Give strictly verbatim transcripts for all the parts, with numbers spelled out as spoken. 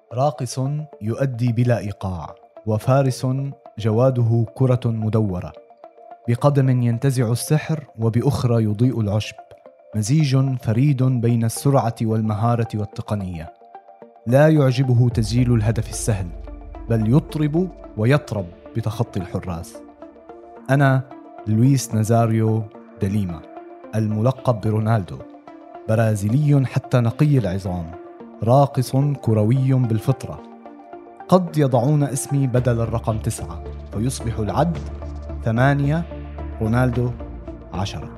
راقص يؤدي بلا إيقاع، وفارس جواده كرة مدورة، بقدم ينتزع السحر وبأخرى يضيء العشب، مزيج فريد بين السرعة والمهارة والتقنية. لا يعجبه تسجيل الهدف السهل، بل يطرب ويطرب بتخطي الحراس. أنا لويس نازاريو داليما، الملقب برونالدو، برازيلي حتى نقي العظام، راقص كروي بالفطرة. قد يضعون اسمي بدل الرقم تسعة فيصبح العد ثمانية، رونالدو عشرة.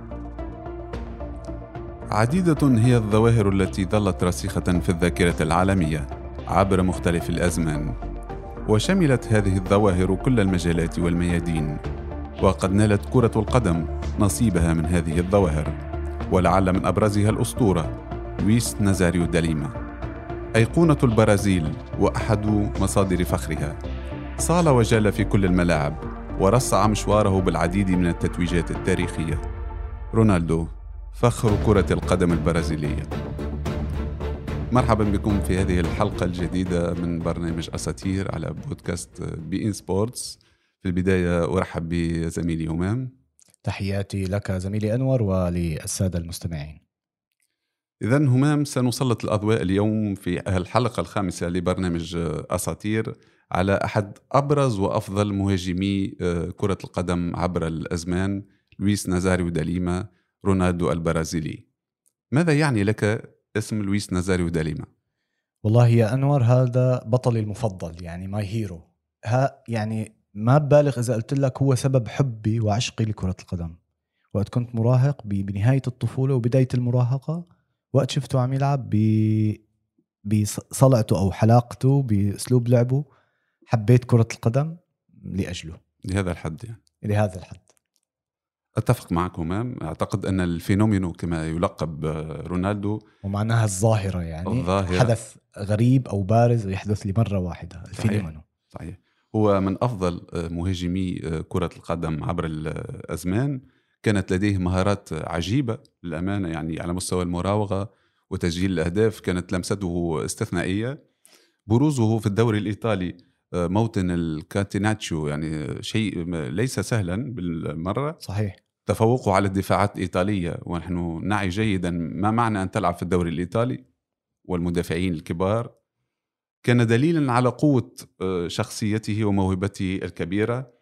عديدة هي الظواهر التي ظلت راسخة في الذاكرة العالمية عبر مختلف الأزمان، وشملت هذه الظواهر كل المجالات والميادين، وقد نالت كرة القدم نصيبها من هذه الظواهر، ولعل من أبرزها الأسطورة لويس نازاريو داليما، أيقونة البرازيل وأحد مصادر فخرها. صال وجال في كل الملاعب ورصع مشواره بالعديد من التتويجات التاريخية. رونالدو فخر كرة القدم البرازيلية. مرحبا بكم في هذه الحلقة الجديدة من برنامج أساطير على بودكاست بي إن سبورتس. في البداية أرحب بزميلي همام. تحياتي لك زميلي أنور وللسادة المستمعين. إذن همام، سنسلط الأضواء اليوم في الحلقة الخامسة لبرنامج أساطير على أحد أبرز وأفضل مهاجمي كرة القدم عبر الأزمان، لويس نازاريو داليما، رونالدو البرازيلي. ماذا يعني لك اسم لويس نازاريو داليما؟ والله يا أنور، هذا بطلي المفضل، يعني ماي هيرو. ها يعني ما ببالغ إذا قلت لك هو سبب حبي وعشقي لكرة القدم. وقت كنت مراهق بنهاية الطفولة وبداية المراهقة، وقت شفته عم يلعب بصلعته أو حلاقته بأسلوب لعبه، حبيت كرة القدم لأجله. لهذا الحد يعني. لهذا الحد أتفق معك همام. أعتقد أن الفينومينو كما يلقب رونالدو، ومعناها الظاهرة، يعني الظاهرة، حدث غريب أو بارز يحدث لمرة واحدة. الفينومينو صحيح. هو من أفضل مهاجمي كرة القدم عبر الأزمان. كانت لديه مهارات عجيبة للأمانة، يعني على مستوى المراوغة وتسجيل الأهداف كانت لمسته استثنائية. بروزه في الدوري الإيطالي، موطن الكاتيناتشو، يعني شيء ليس سهلا بالمرة. صحيح. تفوقه على الدفاعات الإيطالية، ونحن نعي جيدا ما معنى أن تلعب في الدوري الإيطالي والمدافعين الكبار. كان دليلا على قوة شخصيته وموهبته الكبيرة،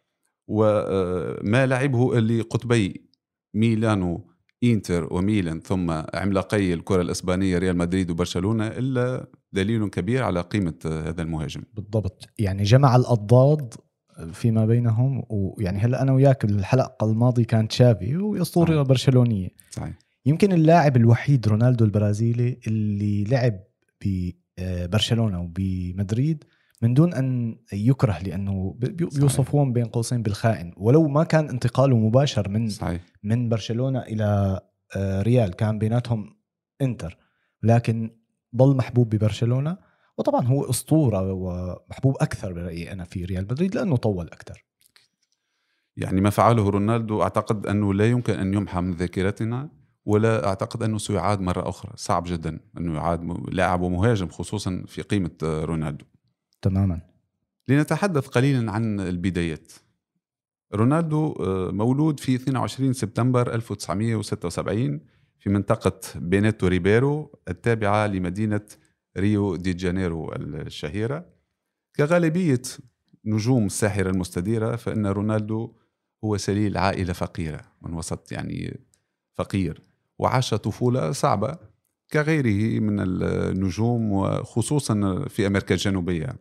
وما لعبه لقطبي ميلانو إنتر وميلان، ثم عملاقي الكرة الإسبانية ريال مدريد وبرشلونة، إلا دليل كبير على قيمة هذا المهاجم. بالضبط، يعني جمع الأضداد فيما بينهم. ويعني هلا أنا وياك الحلقة الماضية كانت شافي وأسطورة برشلونية. صحيح. يمكن اللاعب الوحيد رونالدو البرازيلي اللي لعب ببرشلونة وبمدريد من دون أن يكره، لأنه بيوصفون بين قوسين بالخائن، ولو ما كان انتقاله مباشر من صحيح. من برشلونة إلى ريال، كان بيناتهم انتر، لكن ظل محبوب ببرشلونة. وطبعا هو أسطورة ومحبوب أكثر برأيي أنا في ريال مدريد لأنه طول أكثر. يعني ما فعله رونالدو أعتقد أنه لا يمكن أن يمحى من ذاكرتنا، ولا أعتقد أنه سيعاد مرة أخرى. صعب جدا أنه يعاد لاعب ومهاجم خصوصا في قيمة رونالدو. تماما. لنتحدث قليلا عن البدايات. رونالدو مولود في اثنين وعشرين سبتمبر ألف وتسعمائة وستة وسبعين في منطقة بينيتو ريبيرو التابعة لمدينة ريو دي جانيرو الشهيرة. كغالبية نجوم الساحرة المستديرة، فإن رونالدو هو سليل عائلة فقيرة من وسط يعني فقير، وعاش طفولة صعبة كغيره من النجوم، وخصوصا في أمريكا الجنوبية.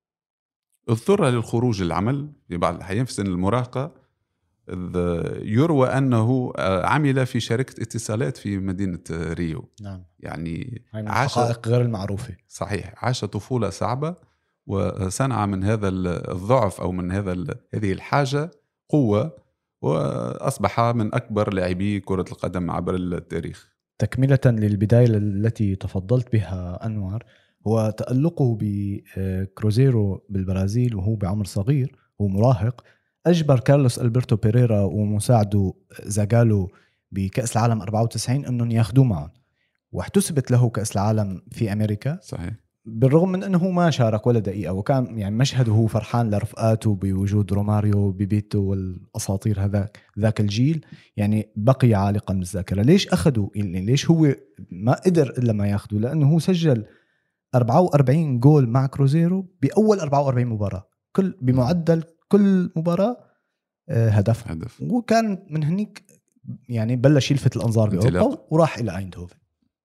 اضطر للخروج للعمل في بعض الأحيان في سن المراهقة. يروى أنه عمل في شركة اتصالات في مدينة ريو. نعم. يعني عاش حقائق غير المعروفة. صحيح. عاش طفولة صعبة، وصنع من هذا الضعف أو من هذا هذه الحاجة قوة، وأصبح من أكبر لاعبي كرة القدم عبر التاريخ. تكملة للبداية التي تفضلت بها أنور، هو تألقه بكروزيرو بالبرازيل وهو بعمر صغير ومراهق أجبر كارلوس ألبرتو بيريرا ومساعده زاغالو بكأس العالم أربعة وتسعين أنهم ياخدوه معهم، واحتسبت له كأس العالم في أمريكا. صحيح. بالرغم من أنه ما شارك ولا دقيقة، وكان يعني مشهده هو فرحان لرفقاته بوجود روماريو بيبيتو والأساطير هذاك ذاك الجيل، يعني بقي عالقا بالذاكرة. ليش أخذوا يعني ليش هو ما قدر إلا ما ياخده؟ لأنه هو سجل أربعة وأربعين جول مع كروزيرو بأول أربعة وأربعين مباراة، كل بمعدل كل مباراة هدف. هدف. وكان من هنيك يعني بلش يلفت الأنظار بأوروبا وراح إلى أيندهوفن.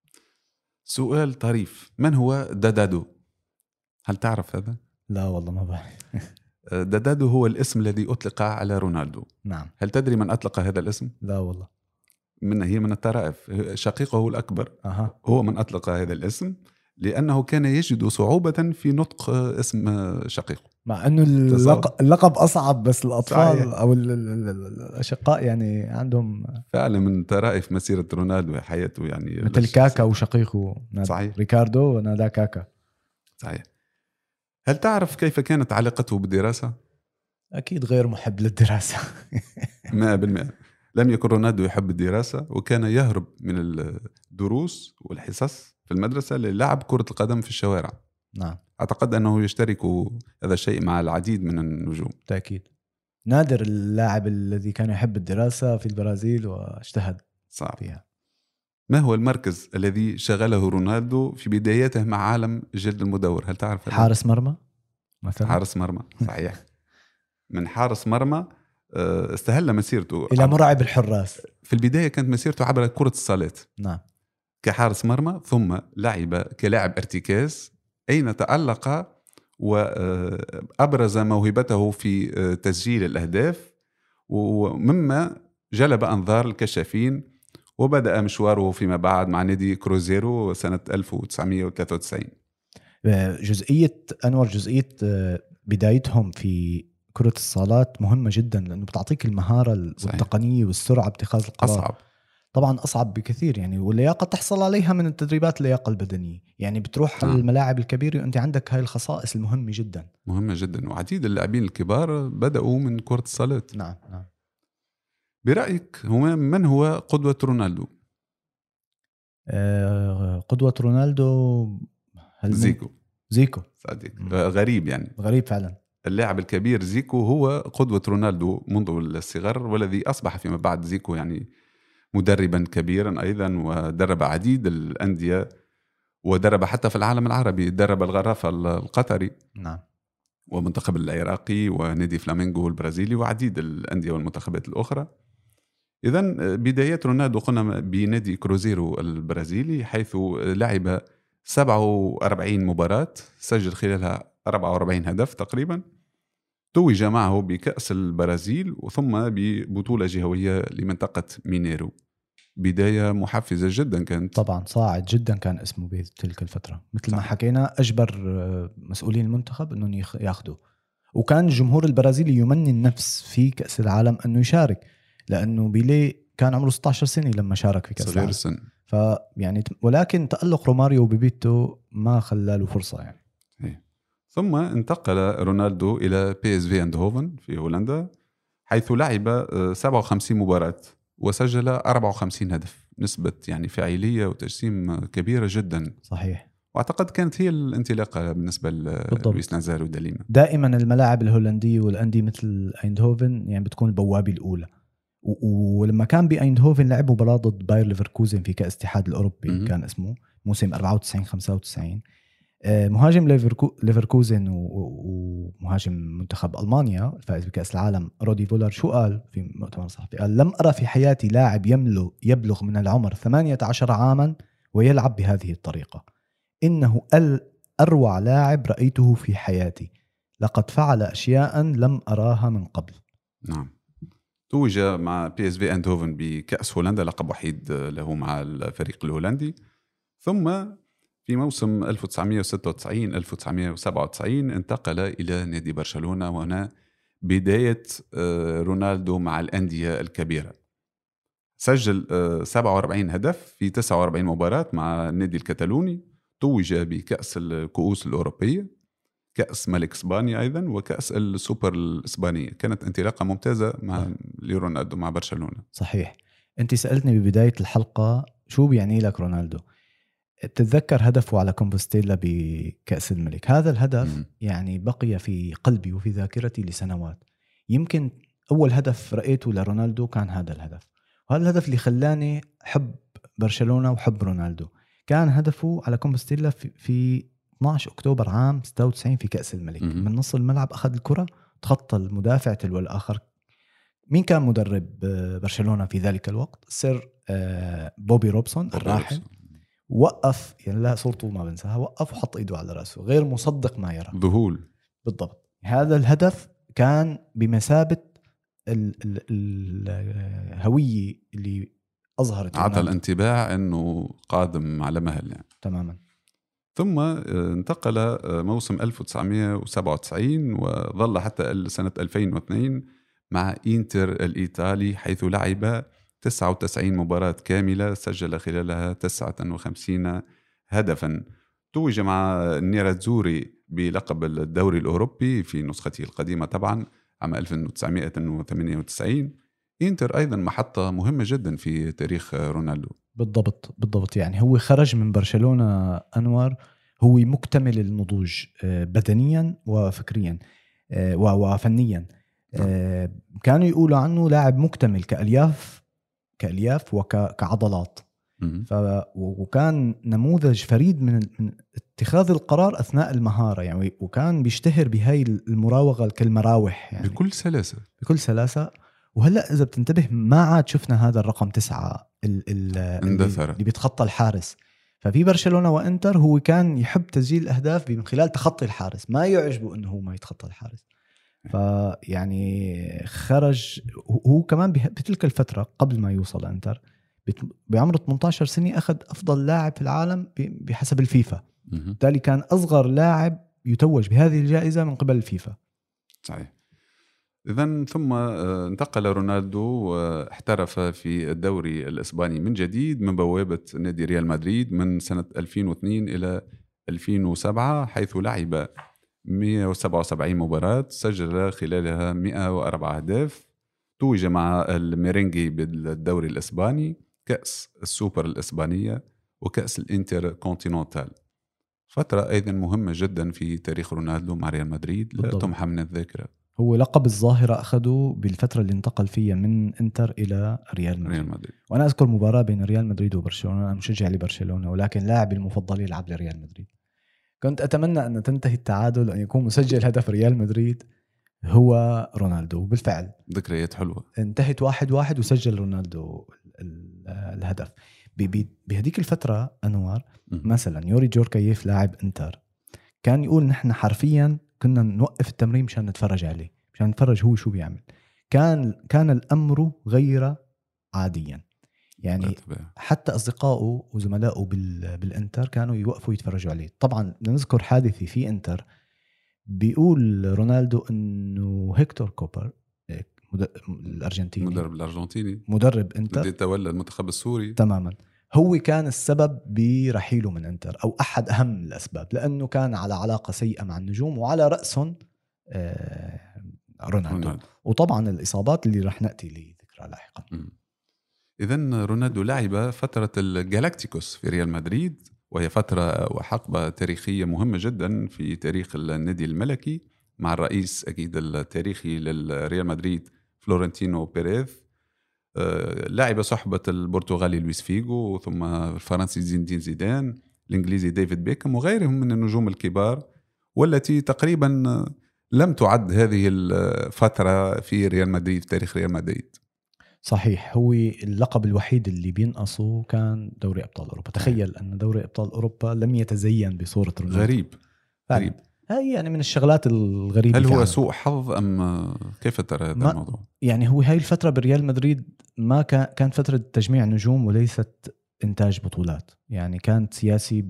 سؤال طريف، من هو دادادو؟ هل تعرف هذا؟ لا والله ما بعرف. دادادو هو الاسم الذي أطلق على رونالدو. نعم. هل تدري من أطلق هذا الاسم؟ لا والله. من هي من الطرائف، شقيقه الأكبر أه. هو من أطلق هذا الاسم، لأنه كان يجد صعوبة في نطق اسم شقيقه، مع أنه اللقب أصعب، بس الأطفال صحيح. أو الأشقاء يعني عندهم فعلا من طرائف مسيرة رونالدو حياته، يعني مثل كاكا وشقيقه صحيح. ريكاردو نادى كاكا. صحيح. هل تعرف كيف كانت علاقته بالدراسة؟ أكيد غير محب للدراسة. مئة بالمئة لم يكن رونالدو يحب الدراسة، وكان يهرب من الدروس والحصص في المدرسة للعب كرة القدم في الشوارع. نعم. أعتقد أنه يشترك هذا الشيء مع العديد من النجوم. تأكيد. نادر اللاعب الذي كان يحب الدراسة في البرازيل واجتهد صعب فيها. ما هو المركز الذي شغله رونالدو في بدايته مع عالم الجلد المدور؟ هل تعرف؟ حارس مرمى مثلا. حارس مرمى صحيح. من حارس مرمى استهل مسيرته إلى مرعب الحراس. في البداية كانت مسيرته عبر كرة الصالات. نعم. كحارس مرمى، ثم لعب كلاعب ارتكاز أين تألق وأبرز موهبته في تسجيل الأهداف، ومما جلب أنظار الكشافين، وبدأ مشواره فيما بعد مع نادي كروزيرو سنة ألف وتسعمائة وثلاثة وتسعين. جزئية أنور جزئية بدايتهم في كرة الصالات مهمة جدا، لأنه بتعطيك المهارة والتقنية والسرعة باتخاذ القرار. أصعب طبعا أصعب بكثير يعني، واللياقة تحصل عليها من التدريبات اللياقة البدنية، يعني بتروح على الملاعب الكبيرة وأنت عندك هاي الخصائص المهمة جدا. مهمة جدا، وعديد اللاعبين الكبار بدأوا من كرة الصالات. نعم نعم. برأيك هو من هو قدوة رونالدو؟ آه قدوة رونالدو زيكو. زيكو صديق. غريب يعني، غريب فعلا. اللاعب الكبير زيكو هو قدوة رونالدو منذ الصغر، والذي أصبح فيما بعد زيكو يعني مدربا كبيرا أيضا، ودرب عديد الأندية، ودرب حتى في العالم العربي، درب الغرافة القطري نعم، ومنتخب العراقي ونادي فلامينغو البرازيلي وعديد الأندية والمنتخبات الأخرى. إذن بداية رونالدو قلنا بنادي كروزيرو البرازيلي، حيث لعب سبعة وأربعين مباراة، سجل خلالها أربعة وأربعين هدف تقريبا، توج معه بكأس البرازيل وثم ببطولة جهوية لمنطقة مينيرو. بداية محفزة جدا كانت. طبعا صاعد جدا كان اسمه بتلك الفترة، مثل ما حكينا أجبر مسؤولين المنتخب أنهم ياخدوا، وكان الجمهور البرازيلي يمني النفس في كأس العالم أنه يشارك، لأنه بيلي كان عمره ستة عشر سنة لما شارك في كأس العالم. السن. فيعني ولكن تألق روماريو وبيبيتو ما خلاله فرصة يعني. هي. ثم انتقل رونالدو إلى بي اس في ايندهوفن في هولندا، حيث لعب سبعة وخمسين مباراة وسجل أربعة وخمسين هدف، نسبة يعني فاعلية وتجسيم كبيرة جدا. صحيح. واعتقد كانت هي الانطلاقة بالنسبة للويس نازارو داليما. دائما الملاعب الهولندية والأندية مثل ايندهوفن يعني بتكون البوابة الأولى، ولما كان بأيندهوفن لعب مباراة ضد باير ليفركوزن في كأس الاتحاد الأوروبي م- كان اسمه موسم أربعة وتسعين خمسة وتسعين. مهاجم ليفركوزن ومهاجم منتخب ألمانيا الفائز بكأس العالم رودي فولر شو قال في مؤتمر صحفي؟ قال: لم أرى في حياتي لاعب يملو يبلغ من العمر ثمانية عشر عاما ويلعب بهذه الطريقة. إنه الأروع لاعب رأيته في حياتي، لقد فعل أشياء لم أراها من قبل. نعم. توج مع بي اس في ايندهوفن بكأس هولندا، لقب وحيد له مع الفريق الهولندي. ثم في موسم ألف وتسعمائة وستة وتسعين ألف وتسعمائة وسبعة وتسعين انتقل إلى نادي برشلونة، وهنا بداية رونالدو مع الأندية الكبيرة. سجل سبعة وأربعين هدف في تسعة وأربعين مباراة مع النادي الكتالوني. توج بكأس الكؤوس الأوروبية، كأس ملك إسبانيا أيضا، وكأس السوبر الإسبانية. كانت انطلاقة ممتازة مع رونالدو مع برشلونة. صحيح. أنت سألتني ببداية الحلقة شو بيعني لك رونالدو. بتتذكر هدفه على كومبوستيلا بكأس الملك. هذا الهدف مم. يعني بقي في قلبي وفي ذاكرتي لسنوات. يمكن أول هدف رأيته لرونالدو كان هذا الهدف، وهذا الهدف اللي خلاني حب برشلونة وحب رونالدو. كان هدفه على كومبوستيلا في, في اثني عشر أكتوبر عام ستة وتسعين في كأس الملك. مم. من نص الملعب أخذ الكرة، تخطى المدافع تلو الآخر. مين كان مدرب برشلونة في ذلك الوقت؟ سير بوبي روبسون الراحل. وقف يعني لا صورته ما بنساها، وقف وحط ايده على رأسه غير مصدق ما يرى. ذهول. بالضبط. هذا الهدف كان بمثابة ال ال الهوية اللي أظهرت، عطى الانطباع أنه قادم على مهل يعني. تماما. ثم انتقل موسم ألف وتسعمائة وسبعة وتسعين وظل حتى سنة ألفين واثنين مع إنتر الإيطالي، حيث لعب تسعة وتسعين مباراة كاملة، سجل خلالها تسعة وخمسين هدفا. توج مع نيراتزوري بلقب الدوري الأوروبي في نسخته القديمة طبعا عام ألف وتسعمائة وثمانية وتسعين. إنتر أيضا محطة مهمة جدا في تاريخ رونالدو. بالضبط بالضبط. يعني هو خرج من برشلونة أنور هو مكتمل النضوج بدنيا وفكريا وفنيا. كانوا يقولوا عنه لاعب مكتمل كألياف كألياف وكعضلات. ف... وكان نموذج فريد من اتخاذ القرار أثناء المهارة يعني، وكان بيشتهر بهاي المراوغة كالمراوح يعني بكل سلاسة بكل سلاسة. وهلأ إذا بتنتبه ما عاد شفنا هذا الرقم تسعة ال... ال... اللي بيتخطى الحارس. ففي برشلونة وإنتر هو كان يحب تسجيل الأهداف من خلال تخطي الحارس، ما يعجبه أنه هو ما يتخطى الحارس. فيعني خرج هو كمان بتلك الفترة قبل ما يوصل إنتر بعمر ثمانية عشر سنة أخذ أفضل لاعب في العالم بحسب الفيفا. بالتالي كان أصغر لاعب يتوج بهذه الجائزة من قبل الفيفا. صحيح. إذن ثم انتقل رونالدو واحترف في الدوري الإسباني من جديد من بوابة نادي ريال مدريد من سنة ألفين واثنين إلى ألفين وسبعة، حيث لعب مئة وسبعة وسبعين مباراة، سجل خلالها مئة وأربعة أهداف. توج مع الميرينجي بالدوري الإسباني، كأس السوبر الإسبانية، وكأس الإنتر كونتيننتال. فترة أيضا مهمة جدا في تاريخ رونالدو مع ريال مدريد لا تمحى من الذاكرة. هو لقب الظاهرة أخذه بالفترة اللي انتقل فيها من إنتر إلى ريال مدريد. ريال مدريد. وأنا أذكر مباراة بين ريال مدريد وبرشلونة. أنا مشجع لبرشلونة ولكن لاعبي المفضل يلعب لريال مدريد. كنت أتمنى أن تنتهي التعادل وأن يكون مسجل هدف ريال مدريد هو رونالدو. بالفعل ذكريات حلوة. انتهت واحد واحد وسجل رونالدو الهدف. بهديك الفترة أنوار مثلا يوري جوركايف لاعب إنتر كان يقول نحن حرفيا كنا نوقف التمرين مشان نتفرج عليه، مشان نتفرج هو شو بيعمل. كان كان الأمر غير عاديا يعني. حتى أصدقائه وزملائه بالإنتر كانوا يوقفوا يتفرجوا عليه. طبعا نذكر حادثي في إنتر بيقول رونالدو إنه هيكتور كوبر الأرجنتيني مدرب الأرجنتيني مدرب إنتر اللي تولى المنتخب السوري تماما هو كان السبب برحيله من إنتر، أو أحد أهم الأسباب، لأنه كان على علاقة سيئة مع النجوم وعلى رأسهم رونالدو. وطبعا الإصابات اللي رح نأتي لذكرها لاحقا. إذن رونالدو لعب فترة الجالاكتيكوس في ريال مدريد، وهي فترة وحقبة تاريخية مهمة جدا في تاريخ النادي الملكي، مع الرئيس أكيد التاريخي للريال مدريد فلورنتينو بيريز. لعب صحبة البرتغالي لويس فيغو، ثم الفرنسي زين الدين زيدان، الإنجليزي ديفيد بيكهام، وغيرهم من النجوم الكبار، والتي تقريبا لم تعد هذه الفترة في ريال مدريد في تاريخ ريال مدريد. صحيح. هو اللقب الوحيد اللي بينقصه كان دوري أبطال أوروبا. تخيل أن دوري أبطال أوروبا لم يتزين بصورة رونالدو. غريب غريب. هاي يعني من الشغلات الغريبة. هل هو سوء حظ أم كيف ترى هذا الموضوع؟ يعني هو هاي الفترة بريال مدريد ما كان كان فترة تجميع نجوم وليست إنتاج بطولات. يعني كانت سياسي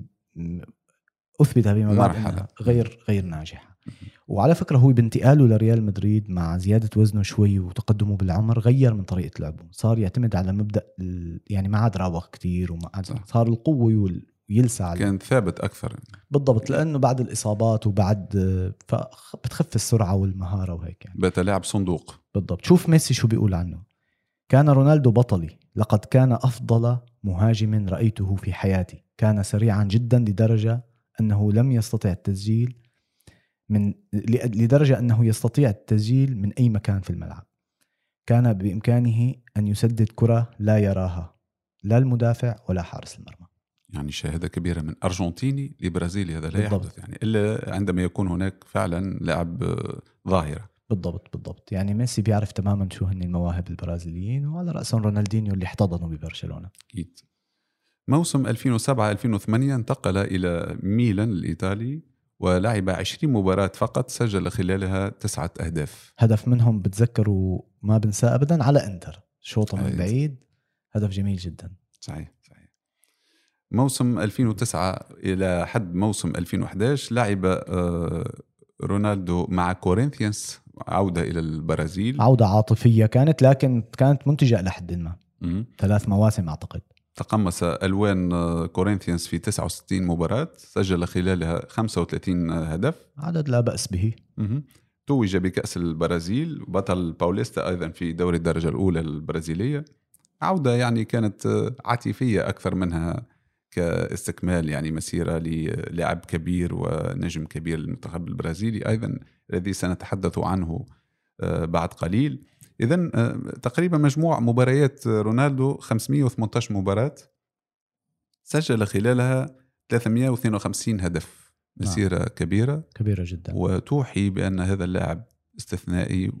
أثبت فيما بعد غير غير ناجحة. وعلى فكرة هو بانتقاله لريال مدريد مع زيادة وزنه شوي وتقدمه بالعمر غير من طريقة لعبه. صار يعتمد على مبدأ يعني ما عاد راوغ كتير وما عاد صار القوة ويلسع. كان ثابت أكثر. بالضبط، لأنه بعد الإصابات وبعد بتخف السرعة والمهارة وهيك يعني. بقى لاعب صندوق. بالضبط. شوف ميسي شو بيقول عنه: كان رونالدو بطلي، لقد كان أفضل مهاجم رأيته في حياتي، كان سريعا جدا لدرجة أنه لم يستطع التسجيل من لدرجة أنه يستطيع التسجيل من أي مكان في الملعب. كان بإمكانه أن يسدد كرة لا يراها لا المدافع ولا حارس المرمى. يعني شهادة كبيرة من أرجنتيني لبرازيلي، هذا لا بالضبط. يحدث يعني إلا عندما يكون هناك فعلا لاعب ظاهرة. بالضبط بالضبط. يعني ميسي بيعرف تماما شو هن المواهب البرازيليين، وعلى رأسهم رونالدينيو اللي احتضنوا ببرشلونة. أكيد. موسم ألفين وسبعة ألفين وثمانية انتقل إلى ميلان الإيطالي ولعب عشرين مباراة فقط، سجل خلالها تسعة أهداف. هدف منهم بتذكروا ما بنساه أبدا على إنتر، شوطة من بعيد، هدف جميل جدا. صحيح صحيح. موسم ألفين وتسعة إلى حد موسم ألفين وأحد عشر لعب رونالدو مع كورينثيانس، عودة إلى البرازيل، عودة عاطفية كانت، لكن كانت منتجة لحد ما م- ثلاث مواسم أعتقد. تقمص ألوان كورينثيانس في تسعة وستين مباراة، سجل خلالها خمسة وثلاثين هدف، عدد لا بأس به. م- توج بكأس البرازيل، بطل باوليستا أيضا في دوري الدرجة الأولى البرازيلية. عودة يعني كانت عاطفية أكثر منها كاستكمال يعني مسيرة للاعب كبير ونجم كبير للمنتخب البرازيلي أيضا الذي سنتحدث عنه بعد قليل. إذن تقريبا مجموع مباريات رونالدو خمسمائة وثمانية عشر مباراة، سجل خلالها ثلاثمائة واثنين وخمسين هدف، مسيرة نعم. كبيرة كبيرة جدا، وتوحي بأن هذا اللاعب استثنائي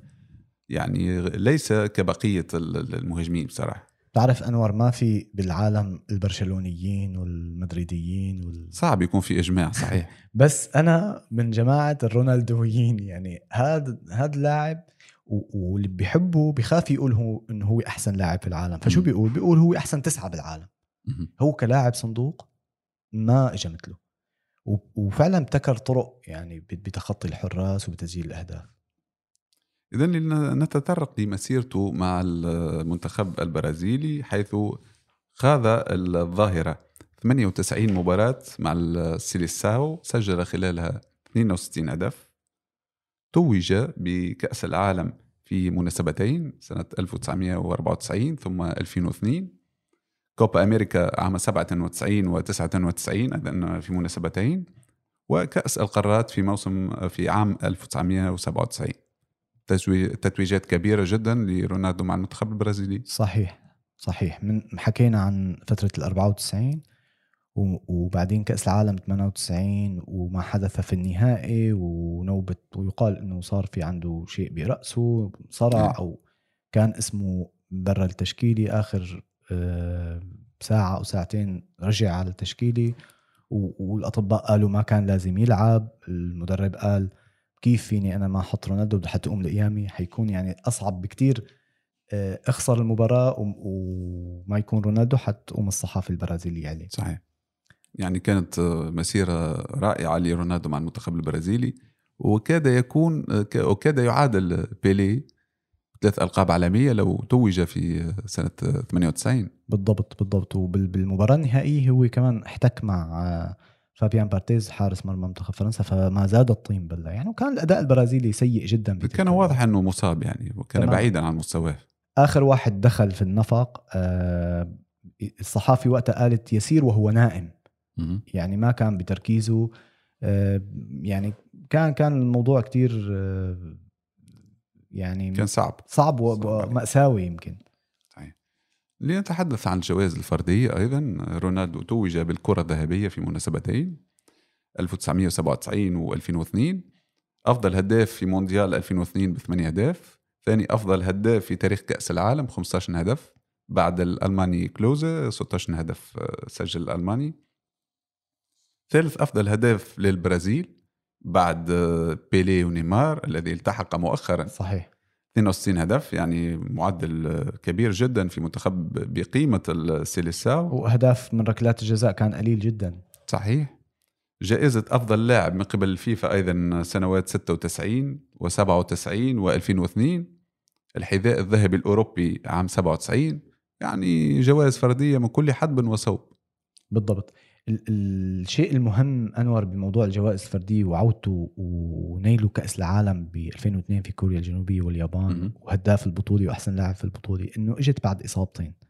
ويعني ليس كبقية المهاجمين بصراحة. تعرف أنور، ما في بالعالم البرشلونيين والمدريديين وال... صعب يكون في إجماع. صحيح. بس أنا من جماعة الرونالدويين، يعني هذا هذا اللاعب واللي بيحبه بيخاف يقول هو إنه هو أحسن لاعب في العالم. فشو بيقول؟ بيقول هو أحسن تسعة بالعالم. هو كلاعب صندوق ما إجا مثله، وفعلا ابتكر طرق يعني بتخطي الحراس وبتسجيل الأهداف. إذن نتطرق لمسيرته مع المنتخب البرازيلي، حيث خاض الظاهرة ثمانية وتسعين مباراة مع السيليساو، سجل خلالها اثنين وستين هدف. توج بكأس العالم في مناسبتين، سنة ألف وتسعمائة وأربعة وتسعين ثم ألفين واثنين، كوبا أمريكا عام سبعة وتسعين وتسعة وتسعين أيضا في مناسبتين، وكأس القارات في موسم في عام ألف وتسعمائة وسبعة وتسعين. تتويجات كبيرة جدا لرونالدو مع المنتخب البرازيلي. صحيح صحيح. من حكينا عن فترة الأربعة وتسعين وبعدين كأس العالم ثمانية وتسعين وما حدث في النهائي ونوبة، ويقال أنه صار في عنده شيء برأسه صرع أو كان اسمه برا التشكيلي آخر ساعة أو ساعتين رجع على التشكيلي، والأطباء قالوا ما كان لازم يلعب. المدرب قال كيف فيني أنا ما حط رونالدو حتى أقوم لقيامي، حيكون يعني أصعب بكتير اخسر المباراة وما يكون رونالدو حتى أقوم الصحافة البرازيلية عليه. صحيح. يعني كانت مسيرة رائعة لرونالدو مع المنتخب البرازيلي، وكاد يكون وكاد يعادل بيلي ثلاث ألقاب عالمية لو توج في سنة ثمانية وتسعين. بالضبط بالضبط. وبالمباراة النهائية هو كمان احتك مع فابيان بارتيز حارس مرمى منتخب فرنسا، فما زاد الطين بلة يعني. وكان الأداء البرازيلي سيء جدا، كان واضح أنه مصاب يعني، وكان تمام. بعيدا عن مستواه. آخر واحد دخل في النفق آه الصحافي وقتها قالت يسير وهو نائم، م- يعني ما كان بتركيزه. آه يعني كان كان الموضوع كتير آه يعني كان صعب صعب ومأساوي يمكن. لنتحدث عن الجوائز الفردية أيضا. رونالدو توج بالكرة الذهبية في مناسبتين ألف وتسعمائة وسبعة وتسعين وألفين واثنين. أفضل هداف في مونديال ألفين واثنين بثمانية أهداف. ثاني أفضل هداف في تاريخ كأس العالم خمسة عشر هدف بعد الألماني كلوزة ستة عشر هدف سجل الألماني. ثالث أفضل هداف للبرازيل بعد بيلي ونيمار الذي التحق مؤخرا. صحيح. اثنين وستين هدف، يعني معدل كبير جدا في منتخب بقيمة السيليساو. وأهداف من ركلات الجزاء كان قليل جدا. صحيح. جائزة أفضل لاعب من قبل الفيفا أيضا سنوات ستة وتسعين وسبعة وتسعين وألفين واثنين. الحذاء الذهبي الأوروبي عام سبعة وتسعين. يعني جوائز فردية من كل حدب وصوب. بالضبط. الشيء المهم أنور بموضوع الجوائز الفردية وعودته ونيله كأس العالم ب ألفين واثنين في كوريا الجنوبية واليابان م- وهداف البطولة وأحسن لاعب في البطولة، إنه إجت بعد إصابتين.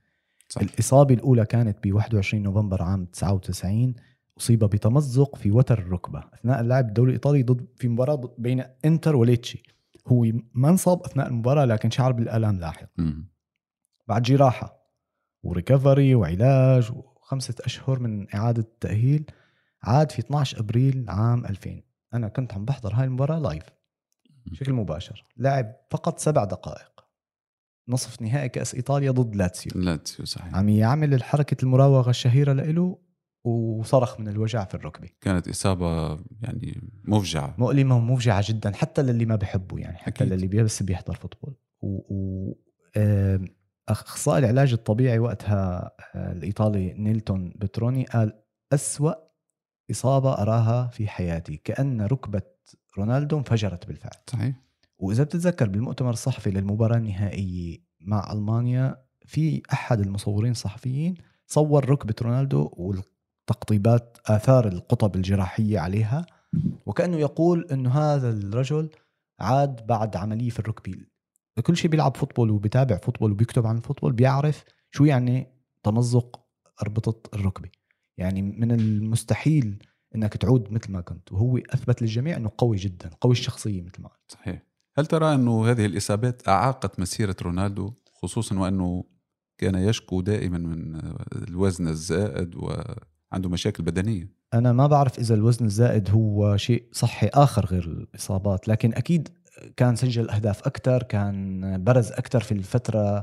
صح. الإصابة الأولى كانت ب واحد وعشرين نوفمبر عام تسعة وتسعين، أصيب بتمزق في وتر الركبة أثناء اللعب الدولي الإيطالي ضد في مباراة بين إنتر وليتشي. هو ما انصاب أثناء المباراة لكن شعر بالآلام لاحق. م. بعد جراحة وريكفري وعلاج وخمسة أشهر من إعادة التأهيل عاد في اثني عشر أبريل عام ألفين. أنا كنت عم بحضر هاي المباراة لايف بشكل مباشر. لعب فقط سبع دقائق نصف نهائي كأس إيطاليا ضد لاتسيو. لاتسيو صحيح. عم يعمل الحركة المراوغة الشهيرة له وصرخ من الوجع في الركبة. كانت إصابة يعني مفجعة مؤلمة ومفجعة جدا حتى للي ما بحبه، يعني حتى أكيد. للي بس بيحضر فوتبول. و... آه، أخصائي العلاج الطبيعي وقتها الإيطالي نيلتون بتروني قال أسوأ إصابة أراها في حياتي، كأن ركبة رونالدو انفجرت بالفعل. صحيح. وإذا بتتذكر بالمؤتمر الصحفي للمباراة النهائية مع ألمانيا، في أحد المصورين الصحفيين صور ركبة رونالدو والتقطيبات آثار القطب الجراحية عليها، وكأنه يقول أنه هذا الرجل عاد بعد عملية في الركبة. كل شيء بيلعب فوتبول وبيتابع فوتبول وبيكتب عن الفوتبول بيعرف شو يعني تمزق أربطة الركبة. يعني من المستحيل أنك تعود مثل ما كنت، وهو أثبت للجميع أنه قوي جدا، قوي الشخصية مثل ما قلت. صحيح. هل ترى أنه هذه الإصابات أعاقت مسيرة رونالدو، خصوصا وأنه كان يشكو دائما من الوزن الزائد وعنده مشاكل بدنية؟ أنا ما بعرف إذا الوزن الزائد هو شيء صحي آخر غير الإصابات، لكن أكيد كان سجل أهداف أكتر، كان برز أكتر في الفترة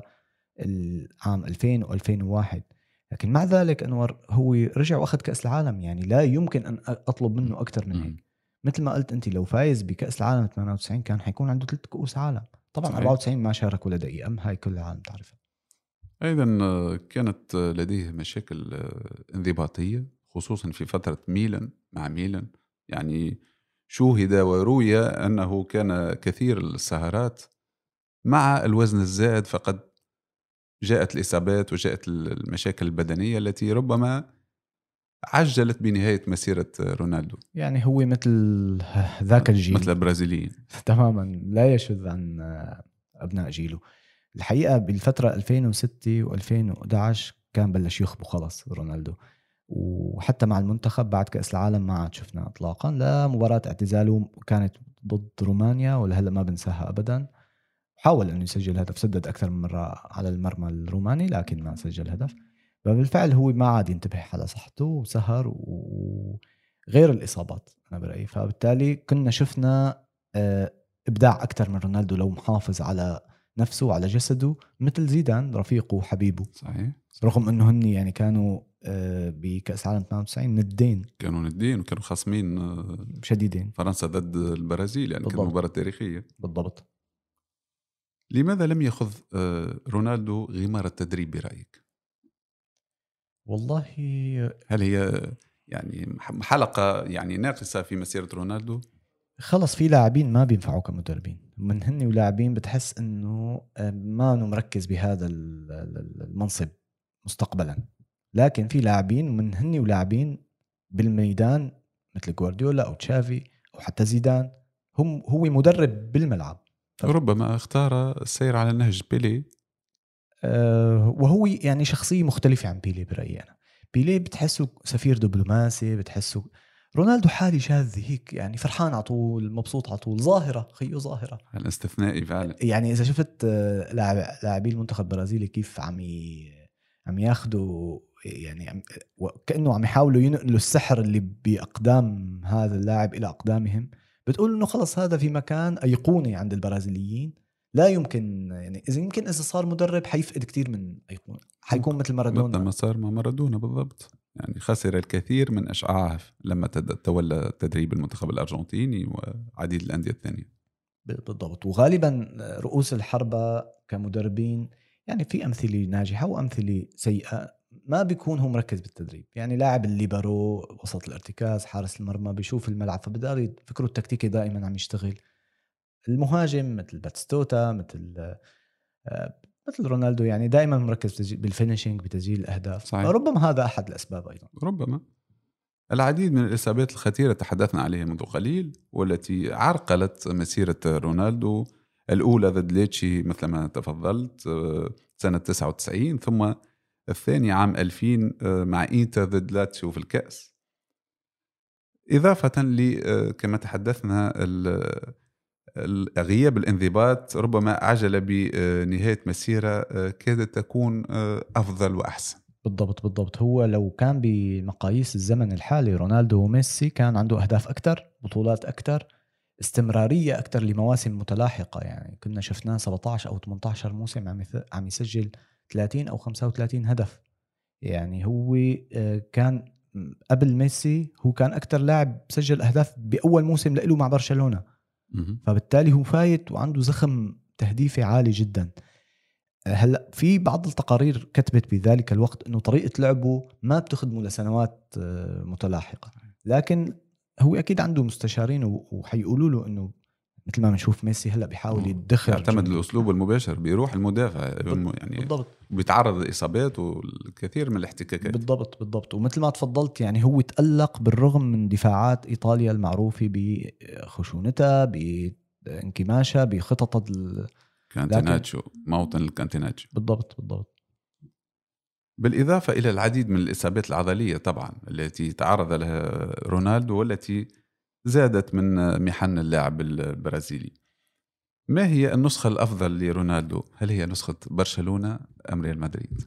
العام ألفين وألفين وواحد. لكن مع ذلك أنور هو رجع وأخذ كأس العالم، يعني لا يمكن أن أطلب منه أكتر من هيك. مثل ما قلت أنت، لو فايز بكأس العالم ثمانية وتسعين كان حيكون عنده ثلاث كؤوس عالم. طبعا صحيح. أربعة وتسعين ما شارك ولا دقيقة، أم هاي كل العالم تعرفها. أيضا كانت لديه مشاكل انضباطية خصوصا في فترة ميلان مع ميلان. يعني شوهد وروي أنه كان كثير السهرات مع الوزن الزائد، فقد جاءت الإصابات وجاءت المشاكل البدنية التي ربما عجلت بنهاية مسيرة رونالدو. يعني هو مثل ذاك الجيل، مثل البرازيليين تماما، لا يشذ عن أبناء جيله. الحقيقة بالفترة ألفين وستة وألفين وأحد عشر كان بلش يخبو خلص رونالدو، وحتى مع المنتخب بعد كأس العالم ما عاد شفنا إطلاقا. لا مباراة اعتزاله كانت ضد رومانيا ولهلا ما بنساها أبدا. حاول أنه يسجل هدف، سدد أكثر من مرة على المرمى الروماني لكن ما سجل هدف. فبالفعل هو ما عاد ينتبه على صحته وسهر وغير الإصابات أنا برأيي. فبالتالي كنا شفنا إبداع أكثر من رونالدو لو محافظ على نفسه وعلى جسده مثل زيدان رفيقه وحبيبه. صحيح. رغم أنه هني يعني كانوا بكأس العالم ثمانية وتسعين ندين، كانوا ندين وكانوا خصمين شديدين، فرنسا ضد البرازيل، يعني كانت مباراة تاريخية بالضبط. لماذا لم يأخذ رونالدو غمار التدريب برأيك؟ والله هل هي يعني حلقة يعني ناقصة في مسيرة رونالدو؟ خلص في لاعبين ما بينفعوا كمدربين من هني، ولاعبين بتحس انه ما انه مركز بهذا المنصب مستقبلا. لكن في لاعبين من هني ولاعبين بالميدان مثل غوارديولا او تشافي او حتى زيدان، هم هو مدرب بالملعب. ربما اختار السير على نهج بيلي، أه وهو يعني شخصية مختلفة عن بيلي برأيي أنا. بيلي بتحسه سفير دبلوماسي، بتحسه. رونالدو حالي شاذ هيك، يعني فرحان على طول، مبسوط على طول، ظاهرة خيو ظاهرة الاستثنائي فعلا. يعني إذا شفت لاعب لاعبي المنتخب البرازيلي كيف عم عم ياخدوا، يعني عم كأنه عم يحاولوا ينقلوا السحر اللي بأقدام هذا اللاعب إلى أقدامهم، بتقول إنه خلص هذا في مكان أيقوني عند البرازيليين. لا يمكن يعني إذا يمكن إذا صار مدرب حيفقد كتير من أيقونة، حيكون مثل مارادونا، مثل ما صار مع مارادونا بالضبط. يعني خسر الكثير من أشعاعه لما تولى تدريب المنتخب الأرجنتيني وعديد الأندية الثانية. بالضبط. وغالبا رؤوس الحربة كمدربين يعني في أمثلة ناجحة وأمثلة سيئة، ما بيكون هو مركز بالتدريب. يعني لاعب الليبرو وسط الارتكاز حارس المرمى بيشوف الملعب، فبدأ فكره التكتيكي دائما عم يشتغل. المهاجم مثل باتستوتا مثل مثل رونالدو يعني دائما مركز بالفينيشينج بتسجيل الأهداف. ربما هذا أحد الأسباب أيضا. ربما العديد من الإصابات الخطيرة تحدثنا عليها منذ قليل والتي عرقلت مسيرة رونالدو. الأولى ضد ليتشي مثل ما تفضلت سنة تسعة وتسعين، ثم الثاني عام ألفين مع إنتر ضد لاتسيو في الكأس. إضافة ل كما تحدثنا غياب الانضباط ربما عجل بنهاية مسيرة كادت تكون أفضل وأحسن. بالضبط بالضبط. هو لو كان بمقاييس الزمن الحالي رونالدو وميسي كان عنده أهداف أكتر، بطولات أكتر، استمرارية أكتر لمواسم متلاحقة. يعني كنا شفناه سبعة عشر أو ثمانية عشر موسم عم عم يسجل ثلاثين أو خمسة وثلاثين هدف. يعني هو كان قبل ميسي هو كان أكتر لاعب سجل أهداف بأول موسم له مع برشلونة، فبالتالي هو فايت وعنده زخم تهديفي عالي جدا. هلا في بعض التقارير كتبت بذلك الوقت انه طريقه لعبه ما بتخدمه لسنوات متلاحقه، لكن هو اكيد عنده مستشارين وحيقولوا له انه مثل ما بنشوف ميسي هلا بيحاول يدخر، يعتمد الاسلوب المباشر، بيروح المدافع يعني بالضبط، بيتعرض لاصابات والكثير من الاحتكاكات. بالضبط بالضبط. ومثل ما تفضلت يعني هو تألق بالرغم من دفاعات ايطاليا المعروفه بخشونتها، بانكماشها، بخطط كانتيناتشو، موطن الكانتيناتشو. بالضبط بالضبط. بالإضافة إلى العديد من الإصابات العضلية طبعا التي تعرض لها رونالدو والتي زادت من محن اللاعب البرازيلي. ما هي النسخة الأفضل لرونالدو؟ هل هي نسخة برشلونة أم ريال مدريد؟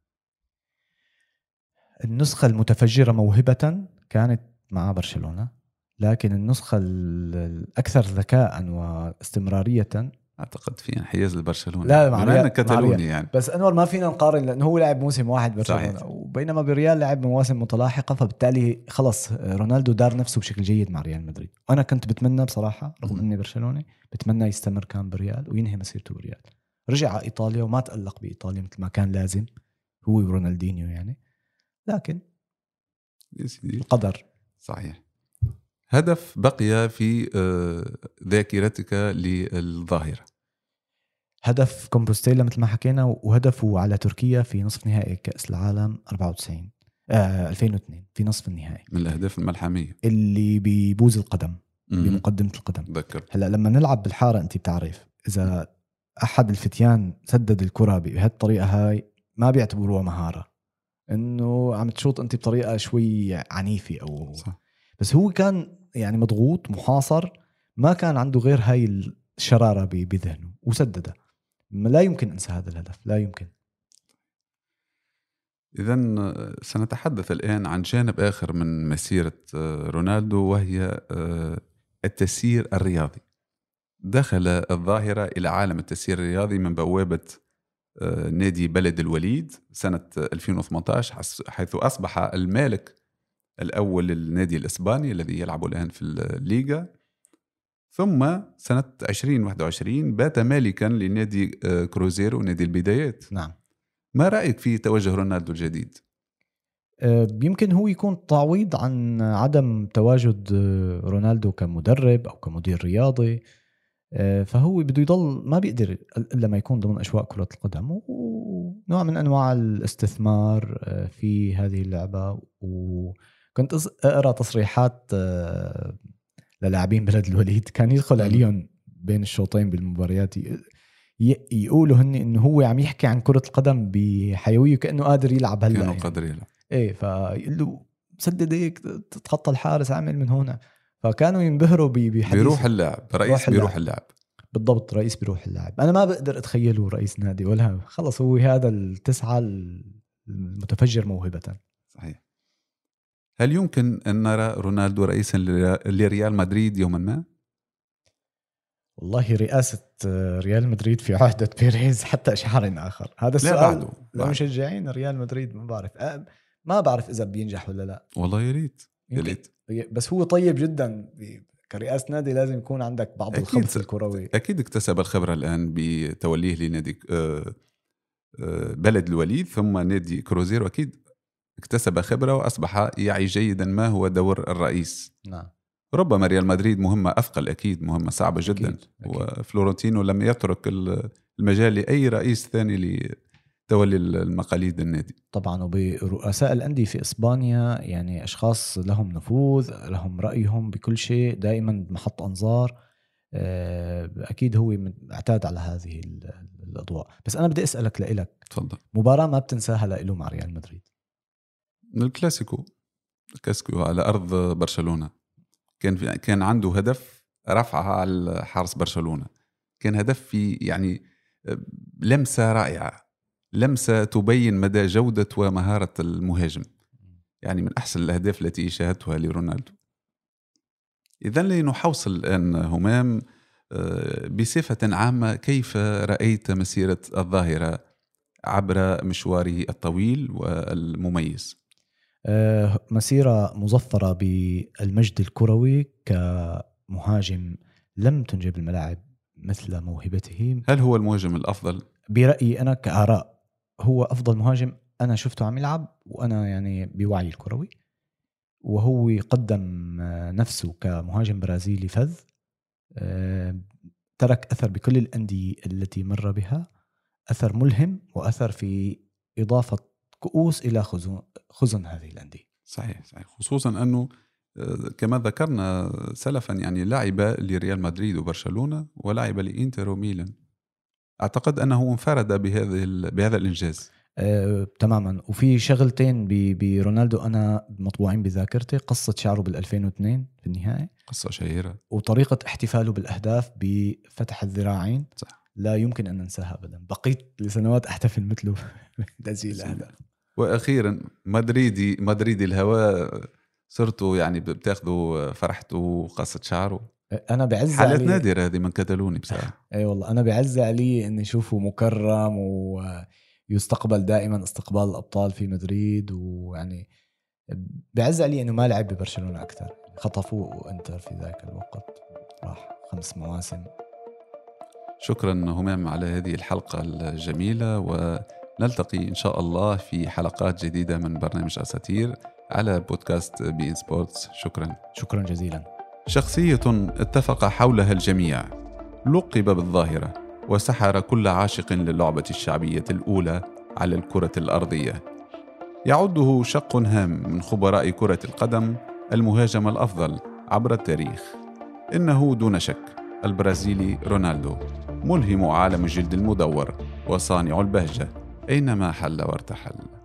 النسخة المتفجرة موهبة كانت مع برشلونة، لكن النسخة الأكثر ذكاء واستمرارية أعتقد في انحياز لبرشلونة. لا مع ريال كتالوني يعني. بس أنور ما فينا نقارن لأنه هو لعب موسم واحد برشلونة، وبينما بريال لعب مواسم متلاحقة، فبالتالي خلص رونالدو دار نفسه بشكل جيد مع ريال مدريد. وأنا كنت بتمنى بصراحة رغم أني برشلوني بتمنى يستمر كان بريال وينهي مسيرته بريال. رجع على إيطاليا وما تألق بإيطاليا مثل ما كان لازم هو ورونالدينيو يعني، لكن القدر. صحيح. هدف بقي في ذاكرتك للظاهرة؟ هدف كومبوستيلا مثل ما حكينا، وهدفه على تركيا في نصف نهائي كأس العالم أربعة وتسعين آه ألفين واثنين في نصف النهائي، من الأهداف الملحمية اللي بيبوز القدم بمقدمة القدم. ذكر. هلا لما نلعب بالحارة أنت بتعرف إذا أحد الفتيان سدد الكرة بهالطريقة هاي ما بيعتبروها مهارة، إنه عم تشوط أنت بطريقة شوي عنيفة أو صح. بس هو كان يعني مضغوط محاصر، ما كان عنده غير هاي الشرارة بذهنه وسددها. لا يمكن أنسى هذا الهدف، لا يمكن. إذن سنتحدث الآن عن جانب آخر من مسيرة رونالدو، وهي التسيير الرياضي. دخل الظاهرة إلى عالم التسيير الرياضي من بوابة نادي بلد الوليد سنة ألفين وثمانية عشر، حيث أصبح المالك الأول للنادي الإسباني الذي يلعب الآن في الليغا. ثم سنة ألفين وواحد وعشرين بات مالكا لنادي كروزيرو ونادي البدايات. نعم. ما رأيك في توجه رونالدو الجديد؟ يمكن هو يكون تعويض عن عدم تواجد رونالدو كمدرب أو كمدير رياضي، فهو بده يضل ما بيقدر إلا ما يكون ضمن أشواق كرة القدم، ونوع من أنواع الاستثمار في هذه اللعبة. وكنت أقرأ تصريحات للاعبين بلد الوليد كان يدخل عليهم بين الشوطين بالمباريات يقولوا هن إنه هو عم يحكي عن كرة القدم بحيوية كأنه قادر يلعب هلا، كأنه قادر يلعب. إيه، فيقول له سدد هيك تتخطى الحارس، عامل من هنا. فكانوا ينبهروا بحديث بيروح اللاعب، رئيس بيروح اللاعب. بالضبط، رئيس بيروح اللاعب. أنا ما بقدر أتخيله رئيس نادي ولا خلص، هو هذا التسعة المتفجر موهبة. صحيح. هل يمكن أن نرى رونالدو رئيسا لريال مدريد يوما ما؟ والله رئاسة ريال مدريد في عهدة بيريز حتى إشعار آخر. هذا السؤال لمشجعين ريال مدريد ما بعرف ما بعرف إذا بينجح ولا لا. والله يريد يريد. بس هو طيب جدا كرئاسة نادي، لازم يكون عندك بعض الخبرة الكروي. أكيد اكتسب الخبرة الآن بتوليه لنادي بلد الوليد ثم نادي كروزيرو، أكيد اكتسب خبرة وأصبح يعي جيدا ما هو دور الرئيس. نعم. ربما ريال مدريد مهمة أثقل، أكيد مهمة صعبة جدا. أكيد. أكيد. وفلورنتينو لم يترك المجال لأي رئيس ثاني لتولي المقاليد النادي. طبعا. وبرؤساء الأندية في إسبانيا يعني أشخاص لهم نفوذ، لهم رأيهم بكل شيء، دائما محط أنظار. أكيد هو اعتاد على هذه الأضواء. بس أنا بدي أسألك لإلك، تفضل. مباراة ما بتنساها لإله مع ريال مدريد؟ الكلاسيكو الكلاسيكو على أرض برشلونة، كان في كان عنده هدف رفعها على حارس برشلونة، كان هدف في يعني لمسة رائعة، لمسة تبين مدى جودة ومهارة المهاجم، يعني من أحسن الأهداف التي شاهدتها لرونالدو. إذن لنحوصل الآن همام بصفة عامة، كيف رأيت مسيرة الظاهرة عبر مشواره الطويل والمميز؟ مسيرة مظفرة بالمجد الكروي كمهاجم لم تنجب الملاعب مثل موهبته. هل هو المهاجم الأفضل؟ برأيي أنا كآراء هو أفضل مهاجم أنا شفته عم يلعب، وأنا يعني بوعي الكروي، وهو قدم نفسه كمهاجم برازيلي فذ، ترك أثر بكل الأندية التي مر بها، أثر ملهم وأثر في إضافة كؤوس إلى خزن, خزن هذه الأندية. صحيح صحيح، خصوصا أنه كما ذكرنا سلفا يعني لعب لريال مدريد وبرشلونة ولعب لإنتر وميلان. أعتقد أنه انفرد بهذا بهذا الإنجاز. آه، تماما. وفي شغلتين برونالدو أنا مطبوعين بذاكرتي: قصة شعره بالألفين واثنين في النهاية، قصة شهيرة، وطريقة احتفاله بالأهداف بفتح الذراعين. صح. لا يمكن أن ننساها أبدا، بقيت لسنوات أحتفل مثله بتسجيل الأهداف. وأخيرا مدريدي مدريدي الهواء صرتوا يعني بتاخذوا فرحته قصة شعره. أنا بعز حالة علي... نادرة هذه من كتالوني بصراحة. أي والله أنا بعز علي إني أشوفه مكرم ويستقبل دائما استقبال الأبطال في مدريد، ويعني بعز علي إنه ما لعب ببرشلونة أكثر. خطفوه أنتر في ذاك الوقت، راح خمس مواسم. شكرا همام على هذه الحلقة الجميلة، ونلتقي إن شاء الله في حلقات جديدة من برنامج أساطير على بودكاست بي إن سبورتس. شكرا شكرا جزيلا. شخصية اتفق حولها الجميع، لقب بالظاهرة، وسحر كل عاشق للعبة الشعبية الأولى على الكرة الأرضية. يعده شق هام من خبراء كرة القدم المهاجم الأفضل عبر التاريخ. إنه دون شك البرازيلي رونالدو، ملهم عالم الجلد المدور وصانع البهجة أينما حل وارتحل.